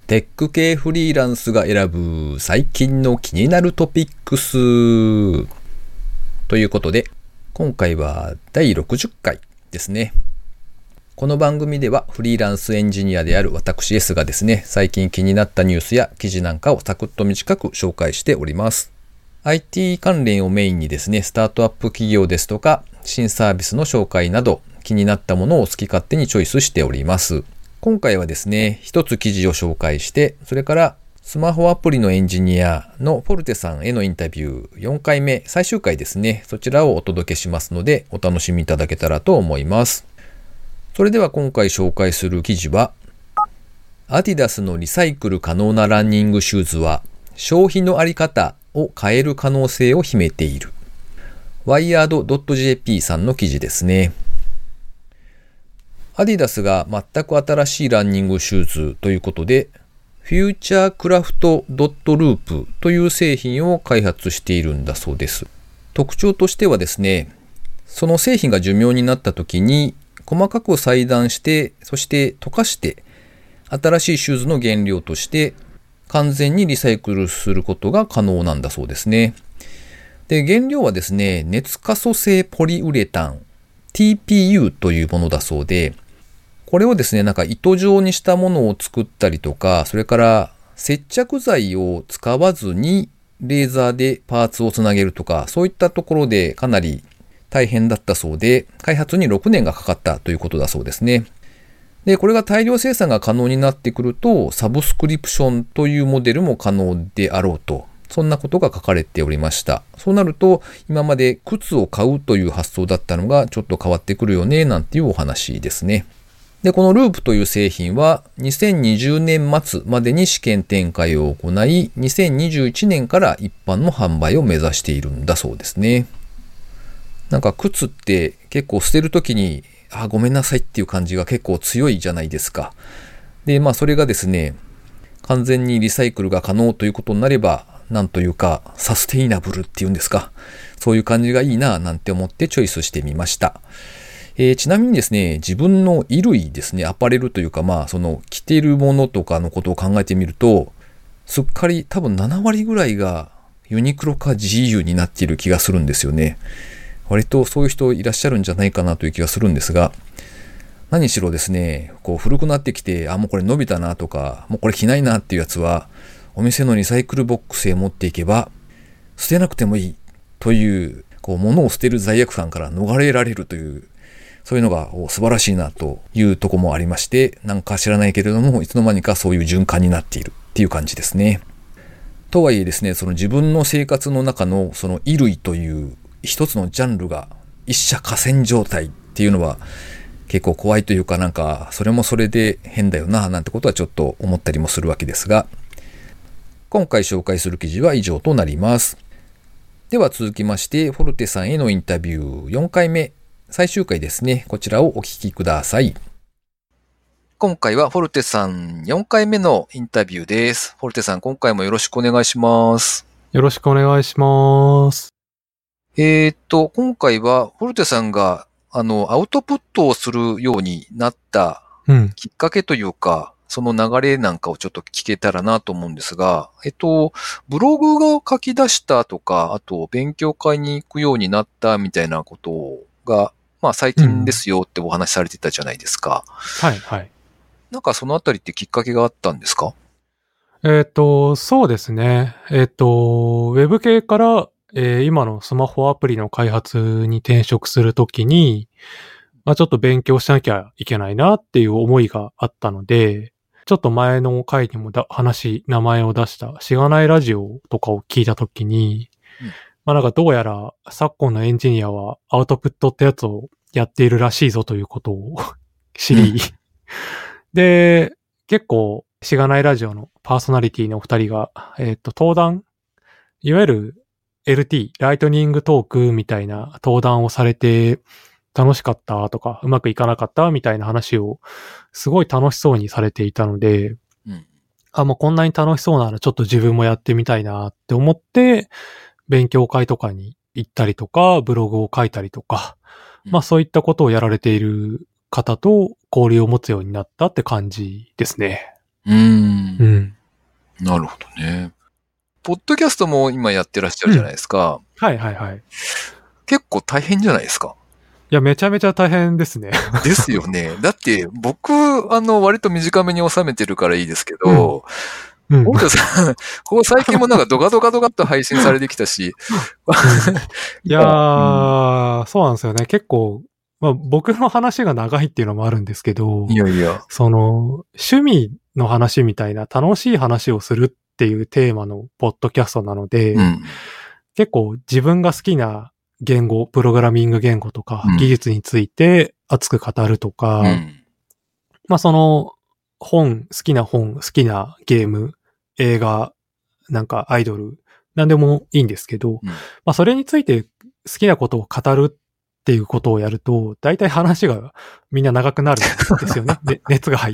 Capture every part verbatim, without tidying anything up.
テック系フリーランスが選ぶ最近の気になるトピックスということで、今回はだいろくじゅっかいですね。この番組ではフリーランスエンジニアである私 S がですね、最近気になったニュースや記事なんかをサクッと短く紹介しております。アイティー 関連をメインにですね、スタートアップ企業ですとか、新サービスの紹介など、気になったものを好き勝手にチョイスしております。今回はですね、一つ記事を紹介して、それからスマホアプリのエンジニアのフォルテさんへのインタビューよんかいめ最終回ですね、そちらをお届けしますので、お楽しみいただけたらと思います。それでは今回紹介する記事は、アディダスのリサイクル可能なランニングシューズは消費のあり方を変える可能性を秘めている。ワイヤード ドット ジェーピー さんの記事ですね。アディダスが全く新しいランニングシューズということで、フューチャークラフトドットループという製品を開発しているんだそうです。特徴としてはですね、その製品が寿命になった時に細かく裁断して、そして溶かして新しいシューズの原料として完全にリサイクルすることが可能なんだそうですね。で、原料はですね、熱可塑性ポリウレタン ティーピーユー というものだそうで、これをですね、なんか糸状にしたものを作ったりとか、それから接着剤を使わずにレーザーでパーツをつなげるとか、そういったところでかなり大変だったそうで、開発にろくねんがかかったということだそうですね。で、これが大量生産が可能になってくると、サブスクリプションというモデルも可能であろうと、そんなことが書かれておりました。そうなると、今まで靴を買うという発想だったのがちょっと変わってくるよね、なんていうお話ですね。で、このループという製品はにせんにじゅうねん末までに試験展開を行い、にせんにじゅういちねんから一般の販売を目指しているんだそうですね。なんか靴って結構捨てるときに、あ、ごめんなさいっていう感じが結構強いじゃないですか。で、まあそれがですね、完全にリサイクルが可能ということになれば、なんというかサステイナブルっていうんですか。そういう感じがいいななんて思ってチョイスしてみました。えー、ちなみにですね、自分の衣類ですね、アパレルというか、まあその着てるものとかのことを考えてみると、すっかり多分ななわりぐらいがユニクロか ジーユー になっている気がするんですよね。割とそういう人いらっしゃるんじゃないかなという気がするんですが、何しろですね、こう古くなってきて、あ、もうこれ伸びたなとか、もうこれ着ないなっていうやつは、お店のリサイクルボックスへ持っていけば、捨てなくてもいいという、こう物を捨てる罪悪感から逃れられるという、そういうのが素晴らしいなというところもありまして、なんか知らないけれども、いつの間にかそういう循環になっているっていう感じですね。とはいえですね、その自分の生活の中のその衣類という一つのジャンルが一社寡占状態っていうのは結構怖いというか、なんかそれもそれで変だよななんてことはちょっと思ったりもするわけですが、今回紹介する記事は以上となります。では続きましてフォルテさんへのインタビューよんかいめ最終回ですね。こちらをお聞きください。今回はフォルテさんよんかいめのインタビューです。フォルテさん、今回もよろしくお願いします。 よろしくお願いします。 えーっと、今回はフォルテさんがあのアウトプットをするようになったきっかけというか、うん、その流れなんかをちょっと聞けたらなと思うんですが、えっと、ブログが書き出したとか、あと勉強会に行くようになったみたいなことが、まあ最近ですよってお話しされてたじゃないですか。 うん、はいはい。 なんかそのあたりってきっかけがあったんですか？ えっと、そうですね。えっと、ウェブ系から、えー、今のスマホアプリの開発に転職するときに、まあ、ちょっと勉強しなきゃいけないなっていう思いがあったので、ちょっと前の回にもだ話、名前を出したしがないラジオとかを聞いたときに、うん、まあなんかどうやら昨今のエンジニアはアウトプットってやつをやっているらしいぞということを知り、うん、で、結構しがないラジオのパーソナリティのお二人が、えっと、登壇、いわゆる エルティー、ライトニングトークみたいな登壇をされて、楽しかったとか、うまくいかなかったみたいな話を、すごい楽しそうにされていたので、うん、あ、もうこんなに楽しそうならちょっと自分もやってみたいなって思って、勉強会とかに行ったりとか、ブログを書いたりとか、うん、まあそういったことをやられている方と交流を持つようになったって感じですね。 うーん。 うん。 なるほどね。ポッドキャストも今やってらっしゃるじゃないですか。 うん、はいはいはい。 結構大変じゃないですか。 いや、めちゃめちゃ大変ですね。 ですよね。だって、僕、あの、割と短めに収めてるからいいですけど、 うん。 本田さん、ここ最近もなんかドカドカドカっと配信されてきたし。 うん、いやー、 うん、 そうなんですよね。結構、まあ僕の話が長いっていうのもあるんですけど、 いやいや。 その、趣味の話みたいな楽しい話をするっていうテーマのポッドキャストなので、 うん、 結構自分が好きな言語、プログラミング言語とかうん、 技術について熱く語るとか、 うん、 まあその本、好きな本、好きなゲーム、映画、なんかアイドル、なんでもいいんですけど、 うん、 まあそれについて好きなことを語るっていうことをやると、大体話がみんな長くなるんですよね。で熱が入って。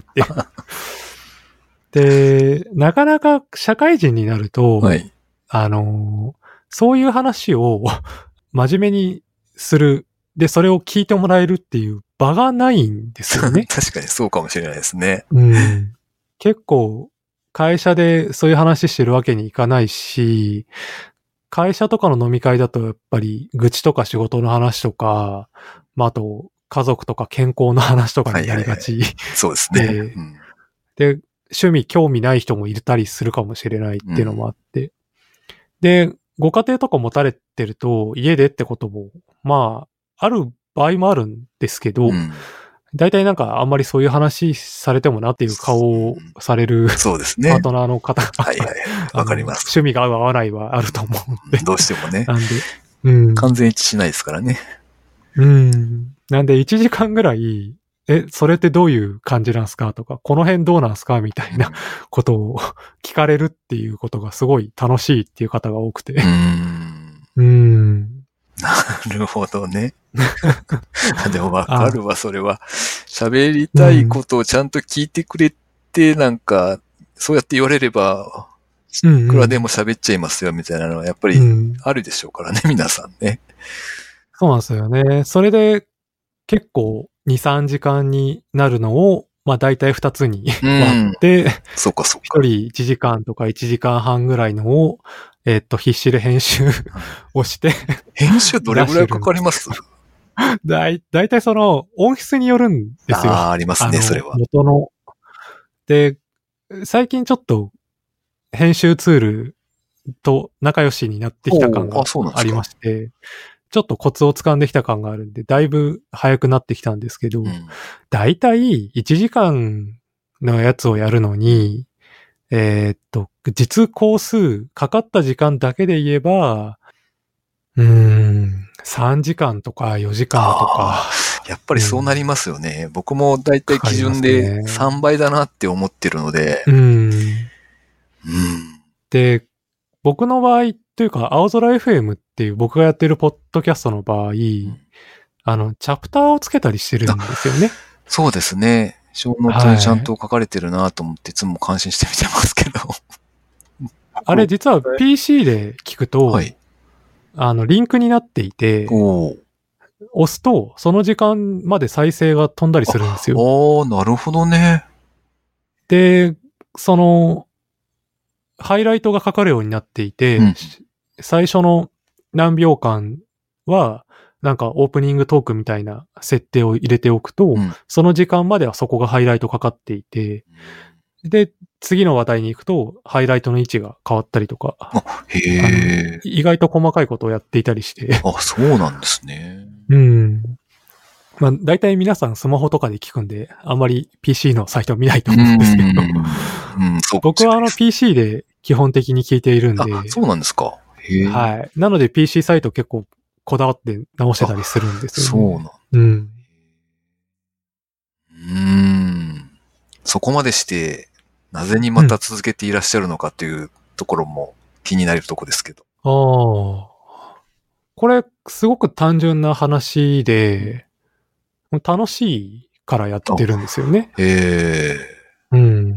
で、なかなか社会人になると、 はい。 あの、そういう話を真面目にする。で、それを聞いてもらえるっていう場がないんですよね。 確かにそうかもしれないですね。 うん。結構、会社でそういう話してるわけにいかないし、会社とかの飲み会だとやっぱり愚痴とか仕事の話とか、まあ、あと家族とか健康の話とかになりがち、 はいはいはい、そうですね。 で、 うん、 で、趣味興味ない人もいたりするかもしれないっていうのもあって、うん、で、ご家庭とか持たれてると家でってことも、まあ、ある場合もあるんですけど、うん、大体なんかあんまりそういう話されてもなっていう顔をされる、うん、 そうですね。 パートナーの方が、 はいはい。わかります。 趣味が合う合わないはあると思うんで。 どうしてもね。 なんで、うん。 完全一致しないですからね。 うん。なんでいちじかんぐらい、え、それってどういう感じなんすかとか、この辺どうなんすかみたいなことを聞かれるっていうことがすごい楽しいっていう方が多くて。 うーん。 うーん。 なるほどね。でもわかるわ、それは。喋りたいことをちゃんと聞いてくれて、なんか、そうやって言われれば、いくらでも喋っちゃいますよ、みたいなのはやっぱりあるでしょうからね、うん、皆さんね。 そうなんですよね。それで結構に、さんじかんになるのを、まあ大体ふたつに割って、 そうかそうか。 ひとりいちじかんとかいちじかんはんぐらいのを、えっと、必死で編集をして。 編集どれぐらいかかりますだい、だいたいその音質によるんですよ。 ああ、ありますね、それは。 元の。で、最近ちょっと編集ツールと仲良しになってきた感がありまして、ちょっとコツを掴んできた感があるんで、だいぶ早くなってきたんですけど、うん、だいたいいちじかんのやつをやるのに、えー、っと、実工数、かかった時間だけで言えば、うーん、さんじかんとかよじかんとか。 やっぱりそうなりますよね。うん、僕もだいたい基準でさんばいだなって思ってるので。 うん。うん、で、僕の場合というか、青空 エフエム っていう僕がやってるポッドキャストの場合、うん、あの、チャプターをつけたりしてるんですよね。 そうですね。小ノートにちゃんと書かれてるなと思っていつも感心して見てますけど。 あれ実は ピーシー で聞くと、はい、あの、リンクになっていて、押すと、その時間まで再生が飛んだりするんですよ。 ああ、なるほどね。 で、その、ハイライトがかかるようになっていて、うん、最初の何秒間は、なんかオープニングトークみたいな設定を入れておくと、うん、その時間まではそこがハイライトかかっていて、で、次の話題に行くと、ハイライトの位置が変わったりとか、 あ、へー、 意外と細かいことをやっていたりして。 あ、そうなんですね。 うん。まあ、大体皆さんスマホとかで聞くんで、あんまり ピーシー のサイト見ないと思うんですけど、 うんうん、そう僕はあの ピーシー で基本的に聞いているんで、 あ、そうなんですか。へー、 はい。なので ピーシー サイト結構こだわって直してたりするんですよね。 そうなんだ。 うん。 うーん。そこまでして、なぜにまた続けていらっしゃるのかっていうところも気になるところですけど。 ああ。これ、すごく単純な話で、楽しいからやってるんですよね。 へえ。 うん。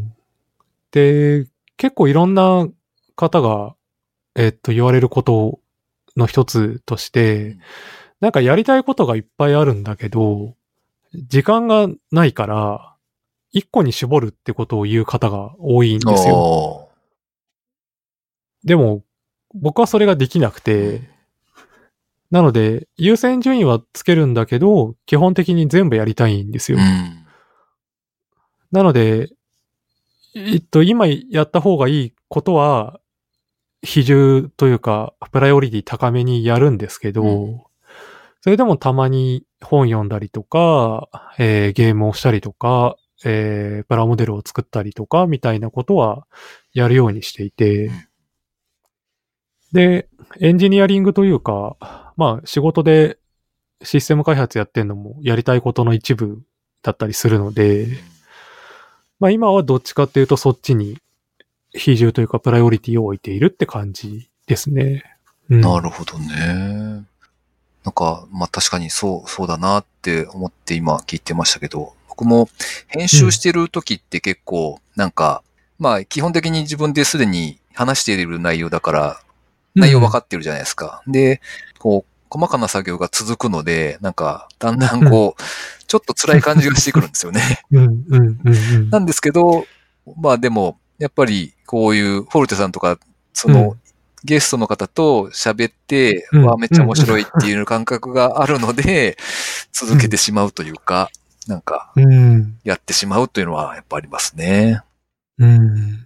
で、結構いろんな方が、えっと、言われることの一つとして、なんかやりたいことがいっぱいあるんだけど、時間がないから、 一個に絞るってことを言う方が多いんですよ。でも、僕はそれができなくて、なので、優先順位はつけるんだけど、基本的に全部やりたいんですよ。 うん、 なので、えっと、今やった方がいいことは、比重というか、プライオリティ高めにやるんですけど、うん、それでもたまに本読んだりとか、えー、ゲームをしたりとか、えー、プラモデルを作ったりとか、みたいなことはやるようにしていて、で、エンジニアリングというか、まあ仕事でシステム開発やってんのもやりたいことの一部だったりするので、まあ今はどっちかっていうとそっちに比重というかプライオリティを置いているって感じですね。 うん、なるほどね。なんか、まあ確かにそう、そうだなって思って今聞いてましたけど、僕も編集してる時って結構なんか、うん、まあ基本的に自分ですでに話している内容だから、内容分かってるじゃないですか。うん、で、こう、細かな作業が続くので、なんか、だんだんこう、うん、ちょっと辛い感じがしてくるんですよね。 うんうんうんうん、 なんですけど、まあでも、やっぱりこういうフォルテさんとか、その、うん、ゲストの方と喋って、うん、わあ、めっちゃ面白いっていう感覚があるので、続けてしまうというか、なんか、やってしまうというのはやっぱありますね。 うん。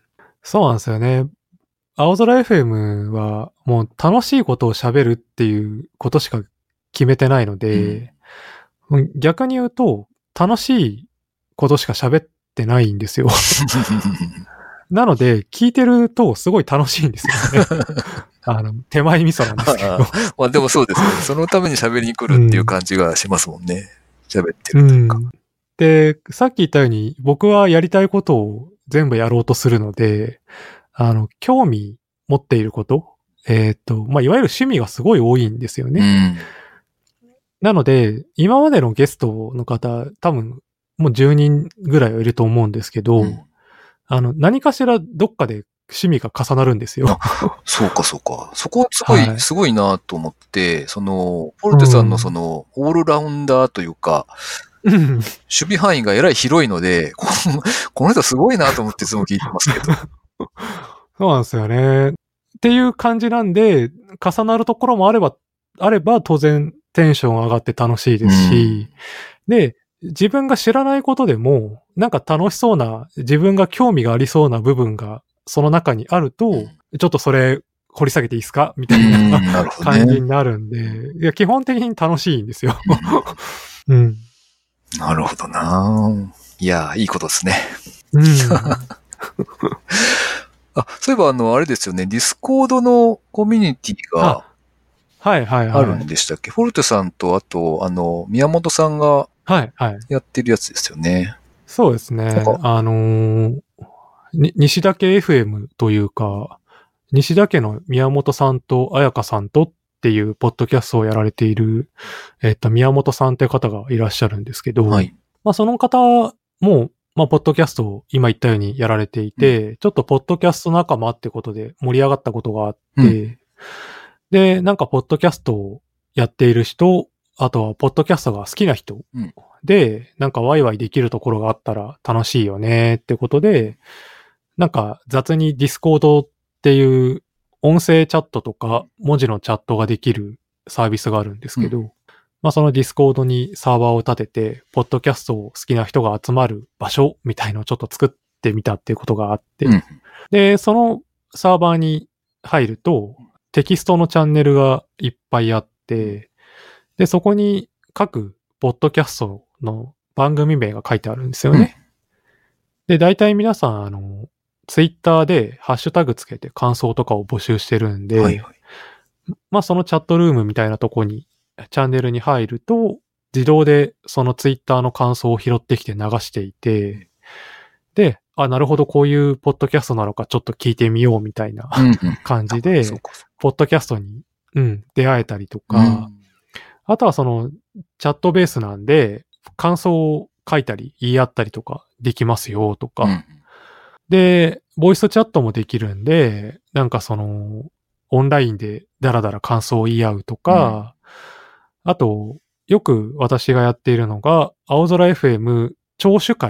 そうなんですよね。青空 エフエム はもう楽しいことを喋るっていうことしか決めてないので、うん、逆に言うと楽しいことしか喋ってないんですよ。なので聞いてるとすごい楽しいんですよね。あの、手前味噌なんですけど。 あまあでもそうですね。そのために喋りに来るっていう感じがしますもんね。喋、うん、ってるというか、うん。 で、さっき言ったように僕はやりたいことを全部やろうとするので、あの、興味持っていること、えっと、まあ、いわゆる趣味がすごい多いんですよね。うん、なので、今までのゲストの方、多分、もうじゅうにんぐらいはいると思うんですけど、うん、あの、何かしらどっかで趣味が重なるんですよ。 そうか、そうか。そこはすごい、はい、すごいなと思って、その、ポルテさんのその、オールラウンダーというか、うん、守備範囲がえらい広いので、この、この人すごいなと思っていつも聞いてますけど。 そうなんですよね。っていう感じなんで、重なるところもあれば、あれば当然テンション上がって楽しいですし、うん、で、自分が知らないことでも、なんか楽しそうな、自分が興味がありそうな部分がその中にあると、うん、ちょっとそれ掘り下げていいですかみたいな、な感じになるんで、いや基本的に楽しいんですよ。うん、 なるほどな。いや、いいことですね。うんあ、そういえばあの、あれですよね、ディスコードのコミュニティが、 はいはいはい。 あるんでしたっけ、フォルテさんと、あと、あの、宮本さんが、 はいはい。 やってるやつですよね。 そうですね。あのー、西田家 エフエム というか、西田家の宮本さんと彩香さんとっていうポッドキャストをやられている、えっと、宮本さんって方がいらっしゃるんですけど、はい、まあその方も、まあ、ポッドキャストを今言ったようにやられていて、うん、ちょっとポッドキャスト仲間ってことで盛り上がったことがあって、うん、で、なんかポッドキャストをやっている人、あとはポッドキャストが好きな人で、うん、なんかワイワイできるところがあったら楽しいよねってことで、なんか雑にディスコードっていう音声チャットとか文字のチャットができるサービスがあるんですけど、うん、まあそのディスコードにサーバーを立てて、ポッドキャストを好きな人が集まる場所みたいのをちょっと作ってみたっていうことがあって、うん、で、そのサーバーに入ると、テキストのチャンネルがいっぱいあって、で、そこに各ポッドキャストの番組名が書いてあるんですよね。うん、で、大体皆さん、あの、ツイッターでハッシュタグつけて感想とかを募集してるんで、はいはい、まあそのチャットルームみたいなとこに、チャンネルに入ると、自動でそのツイッターの感想を拾ってきて流していて、で、あ、なるほど、こういうポッドキャストなのかちょっと聞いてみようみたいな感じで、うんうん、ポッドキャストに、うん、出会えたりとか、うん、あとはそのチャットベースなんで、感想を書いたり言い合ったりとかできますよとか、うん、で、ボイスチャットもできるんで、なんかその、オンラインでダラダラ感想を言い合うとか、うん、あと、よく私がやっているのが、青空 エフエム 聴取会っ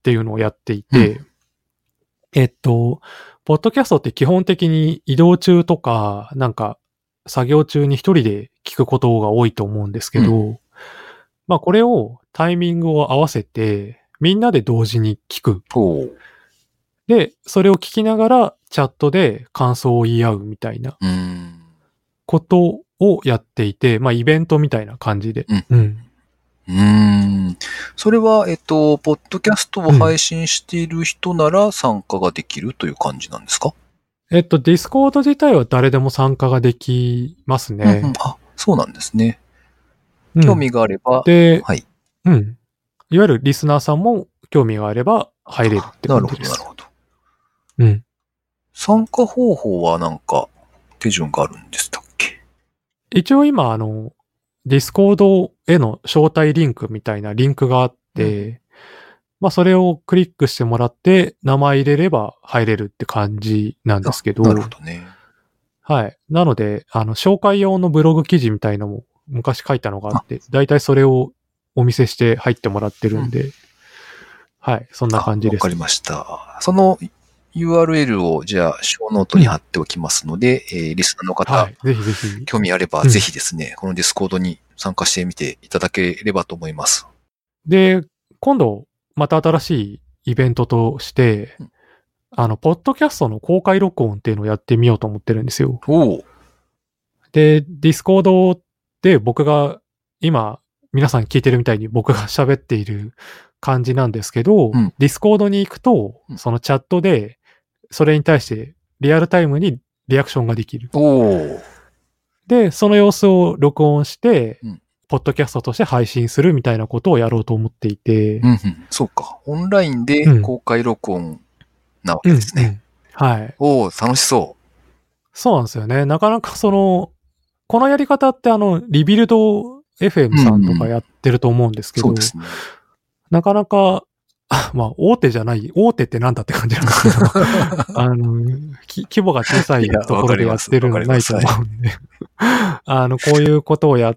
っていうのをやっていて、うん、えっと、ポッドキャストって基本的に移動中とか、なんか作業中に一人で聞くことが多いと思うんですけど、うん、まあこれをタイミングを合わせてみんなで同時に聞く。で、それを聞きながらチャットで感想を言い合うみたいなことをやっていて、まあイベントみたいな感じで。 うん。うんうーん。それは、えっと、ポッドキャストを配信している人なら参加ができるという感じなんですか？ うん、えっと、ディスコード自体は誰でも参加ができますね。 うんうん、あ、そうなんですね。興味があれば、 うん、で、 はい。 うん。いわゆるリスナーさんも興味があれば入れるって感じです。 なるほど、なるほど。 うん。 参加方法はなんか手順があるんでしたっけ？ 一応今、あの、ディスコードへの招待リンクみたいなリンクがあって、うん、まあそれをクリックしてもらって名前入れれば入れるって感じなんですけど。 なるほどね。 はい。なので、あの、紹介用のブログ記事みたいなのも昔書いたのがあって、だいたいそれをお見せして入ってもらってるんで、うん、はい。そんな感じです。 わかりました。その ユーアールエル をじゃあ、ショーノートに貼っておきますので、うん、えー、リスナーの方、 はい、ぜひぜひ興味あれば、ぜひですね、うん、このディスコードに参加してみていただければと思います。 で、今度、また新しいイベントとして、うん、あの、ポッドキャストの公開録音っていうのをやってみようと思ってるんですよ。 おう。 で、ディスコードで僕が、今、皆さん聞いてるみたいに僕が喋っている感じなんですけど、うん、ディスコードに行くと、そのチャットで、それに対してリアルタイムにリアクションができる。 おで、その様子を録音して、うん、ポッドキャストとして配信するみたいなことをやろうと思っていて。 うんうん、そうか。オンラインで公開録音なわけですね。 うんうん、はい。 おー、楽しそう。 そうなんですよね。なかなかその、このやり方ってあの、リビルド エフエム さんとかやってると思うんですけど、 うんうん、そうですね。 なかなか、まあ、大手じゃない、大手ってなんだって感じなんですけど、あの、規模が小さいところでやってるのないと思うんで、あの、こういうことをやって、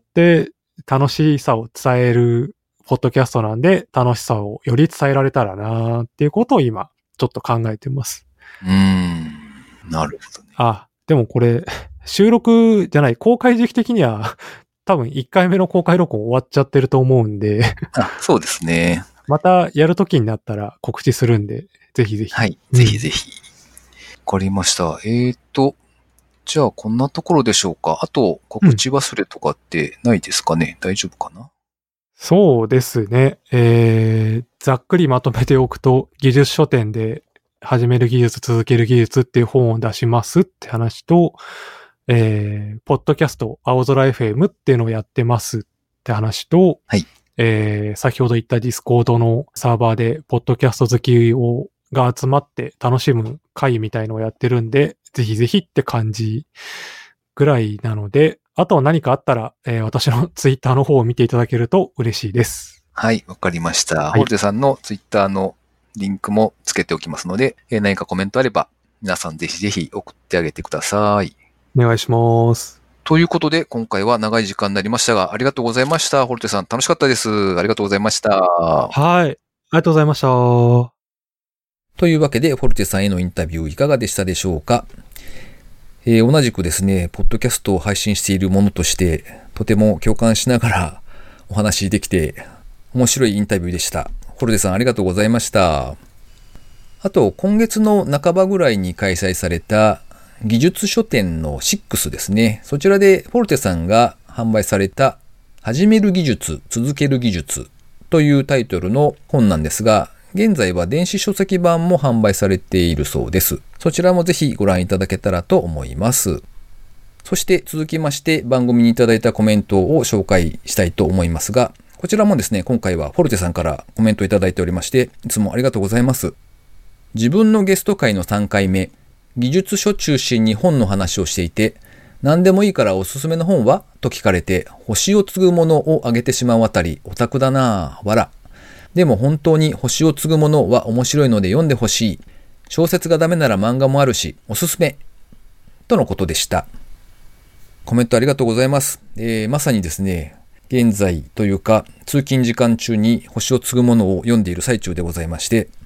楽しさを伝えるポッドキャストなんで、楽しさをより伝えられたらなっていうことを今、ちょっと考えてます。 うーん、なるほどね。 あ、でもこれ、収録じゃない、公開時期的には、多分いっかいめの公開録音終わっちゃってると思うんであ、そうですね。 またやるときになったら告知するんで、ぜひぜひ。 はい、ぜひぜひ。わかりました。えーと、じゃあこんなところでしょうか。あと、告知忘れとかってないですかね、うん、大丈夫かな？ そうですね。えー、ざっくりまとめておくと、技術書店で始める技術、続ける技術っていう本を出しますって話と、えー、ポッドキャスト、青空 エフエム っていうのをやってますって話と、 はい。 えー、先ほど言ったディスコードのサーバーで、ポッドキャスト好きを、が集まって楽しむ会みたいのをやってるんで、ぜひぜひって感じぐらいなので、あと何かあったら、えー、私のツイッターの方を見ていただけると嬉しいです。 はい、わかりました。はい、ホルテさんのツイッターのリンクもつけておきますので、えー、何かコメントあれば、皆さんぜひぜひ送ってあげてください。 お願いします。 ということで、今回は長い時間になりましたが、ありがとうございました。ホルテさん、楽しかったです。ありがとうございました。 はい。ありがとうございました。 というわけで、フォルテさんへのインタビューいかがでしたでしょうか？えー、同じくですね、ポッドキャストを配信しているものとして、とても共感しながらお話できて、面白いインタビューでした。フォルテさん、ありがとうございました。あと、今月の半ばぐらいに開催された技術書店のろくですね。そちらでフォルテさんが販売された始める技術、続ける技術というタイトルの本なんですが、現在は電子書籍版も販売されているそうです。そちらもぜひご覧いただけたらと思います。そして続きまして番組にいただいたコメントを紹介したいと思いますが、こちらもですね、今回はフォルテさんからコメントいただいておりまして、いつもありがとうございます。自分のゲスト会のさんかいめ、技術書中心に本の話をしていて、何でもいいからおすすめの本はと聞かれて、星を継ぐものをあげてしまうあたり、オタクだなぁ、わら。でも本当に星を継ぐものは面白いので読んでほしい。小説がダメなら漫画もあるし、おすすめ。とのことでした。コメントありがとうございます。えー、まさにですね、現在というか、通勤時間中に星を継ぐものを読んでいる最中でございまして、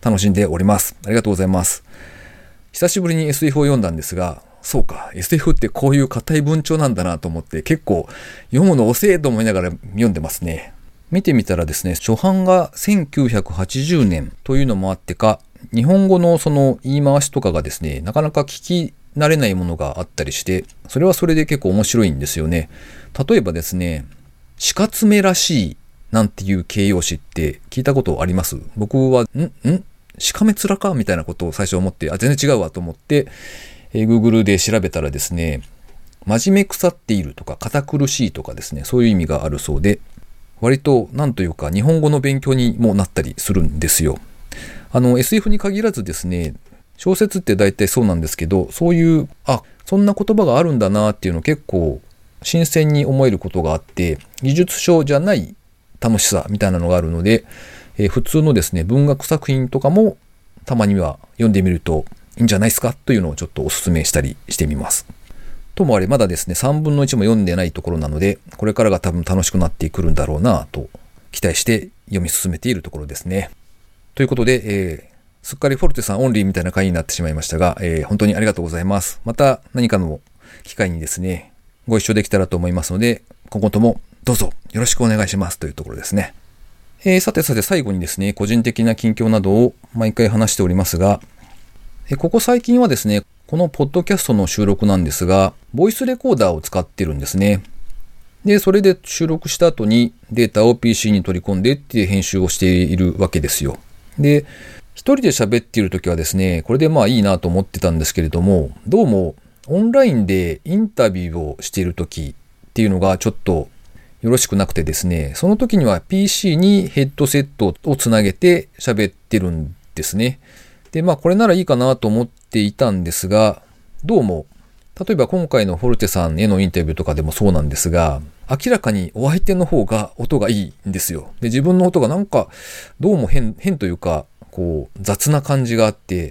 楽しんでおります。ありがとうございます。久しぶりに エスエフ を読んだんですが、そうか、エスエフ ってこういう硬い文鳥なんだなと思って結構読むの遅えと思いながら読んでますね。見てみたらですね、初版がせんきゅうひゃくはちじゅうねんというのもあってか、日本語のその言い回しとかがですね、なかなか聞き慣れないものがあったりして、それはそれで結構面白いんですよね。例えばですね、鹿爪らしいなんていう形容詞って聞いたことあります？僕は、んん鹿目面かみたいなことを最初思って、あ、全然違うわと思って、えー、Google で調べたらですね、真面目腐っているとか堅苦しいとかですね、そういう意味があるそうで、割となんというか日本語の勉強にもなったりするんですよ。あの エスエフ に限らずですね、小説って大体そうなんですけど、そういうあそんな言葉があるんだなっていうのを結構新鮮に思えることがあって、技術書じゃない楽しさみたいなのがあるので、えー、普通のですね文学作品とかもたまには読んでみるといいんじゃないですかというのをちょっとお勧めしたりしてみます。ともあれまだですねさんぶんのいちも読んでないところなので、これからが多分楽しくなってくるんだろうなと期待して読み進めているところですね。ということで、えー、すっかりフォルテさんオンリーみたいな回になってしまいましたが、えー、本当にありがとうございます。また何かの機会にですねご一緒できたらと思いますので、今後ともどうぞよろしくお願いしますというところですね。えー、さてさて最後にですね、個人的な近況などを毎回話しておりますが、えー、ここ最近はですね、このポッドキャストの収録なんですが、ボイスレコーダーを使ってるんですね。で、それで収録した後にデータを ピーシー に取り込んでっていう編集をしているわけですよ。で、一人で喋っているときはですね、これでまあいいなと思ってたんですけれども、どうもオンラインでインタビューをしているときっていうのがちょっとよろしくなくてですね、その時には ピーシー にヘッドセットをつなげて喋ってるんですね。で、まあこれならいいかなと思っていたんですが、どうも、例えば今回のフォルテさんへのインタビューとかでもそうなんですが、明らかにお相手の方が音がいいんですよ。で、自分の音がなんかどうも変、変というか、こう雑な感じがあって、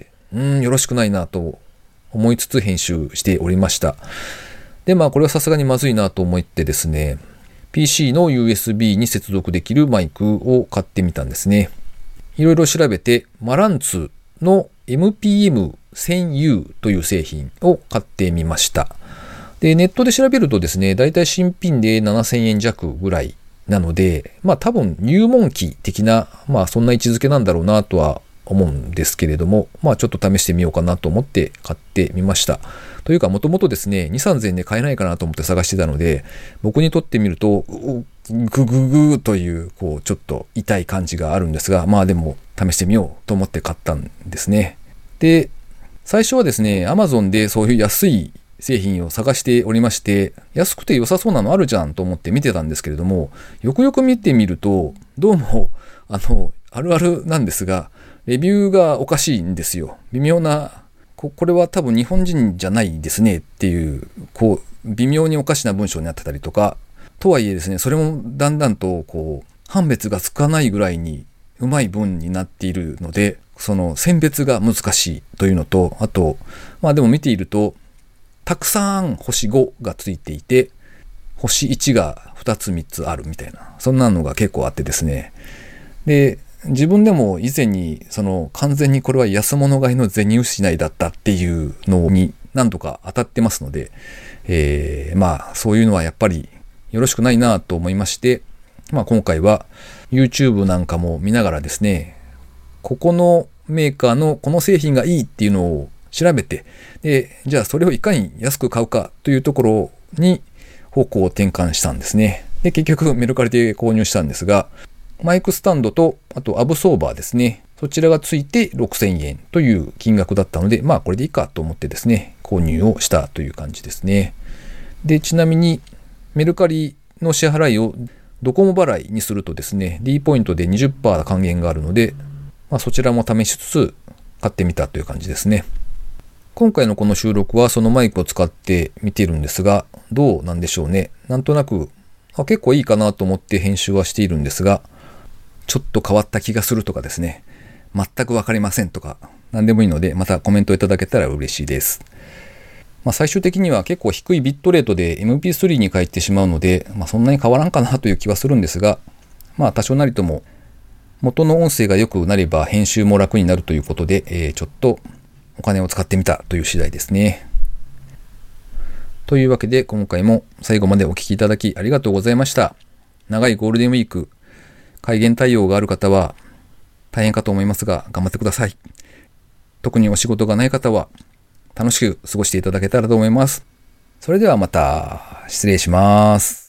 うーん、よろしくないなと思いつつ編集しておりました。で、まあこれはさすがにまずいなと思ってですね、ピーシー の ユーエスビー に接続できるマイクを買ってみたんですね。いろいろ調べて、マランツの エムピーエムせんユー という製品を買ってみました。で、ネットで調べるとですね、だいたい新品でななせんえん弱ぐらいなので、まあ多分入門機的な、まあそんな位置づけなんだろうなとは思うんですけれども、まあちょっと試してみようかなと思って買ってみました。というかもともとですね、に、さんぜんえんで買えないかなと思って探してたので、僕にとってみると、グググーという、こうちょっと痛い感じがあるんですが、まあでも試してみようと思って買ったんですね。で、最初はですね、Amazon でそういう安い製品を探しておりまして、安くて良さそうなのあるじゃんと思って見てたんですけれども、よくよく見てみると、どうも、あの、あるあるなんですが、レビューがおかしいんですよ。微妙な、こ, これは多分日本人じゃないですねっていう、こう、微妙におかしな文章になってたりとか、とはいえですね、それもだんだんと、こう、判別がつかないぐらいにうまい文になっているので、その選別が難しいというのと、あと、まあでも見ていると、たくさん星ごがついていて、星いちがふたつみっつあるみたいな、そんなのが結構あってですね。で、自分でも以前に、その完全にこれは安物買いの銭失いだったっていうのに何度か当たってますので、えー、まあそういうのはやっぱりよろしくないなと思いまして、まあ今回は YouTube なんかも見ながらですね、ここのメーカーのこの製品がいいっていうのを調べて、で、じゃあそれをいかに安く買うかというところに方向を転換したんですね。で、結局メルカリで購入したんですが、マイクスタンドと、あとアブソーバーですね。そちらがついてろくせんえんという金額だったので、まあこれでいいかと思ってですね、購入をしたという感じですね。で、ちなみにメルカリの支払いをドコモ払いにするとですね、D ポイントで にじゅっパーセント 還元があるので、まあそちらも試しつつ買ってみたという感じですね。今回のこの収録はそのマイクを使って見ているんですが、どうなんでしょうね。なんとなく、あ、結構いいかなと思って編集はしているんですが、ちょっと変わった気がするとかですね、全くわかりませんとか、何でもいいので、またコメントいただけたら嬉しいです。まあ、最終的には結構低いビットレートで エムピースリー に変えてしまうので、まあ、そんなに変わらんかなという気はするんですが、まあ多少なりとも元の音声が良くなれば編集も楽になるということで、えー、ちょっとお金を使ってみたという次第ですね。というわけで今回も最後までお聞きいただきありがとうございました。長いゴールデンウィーク、改元対応がある方は大変かと思いますが頑張ってください。特にお仕事がない方は楽しく過ごしていただけたらと思います。それではまた失礼します。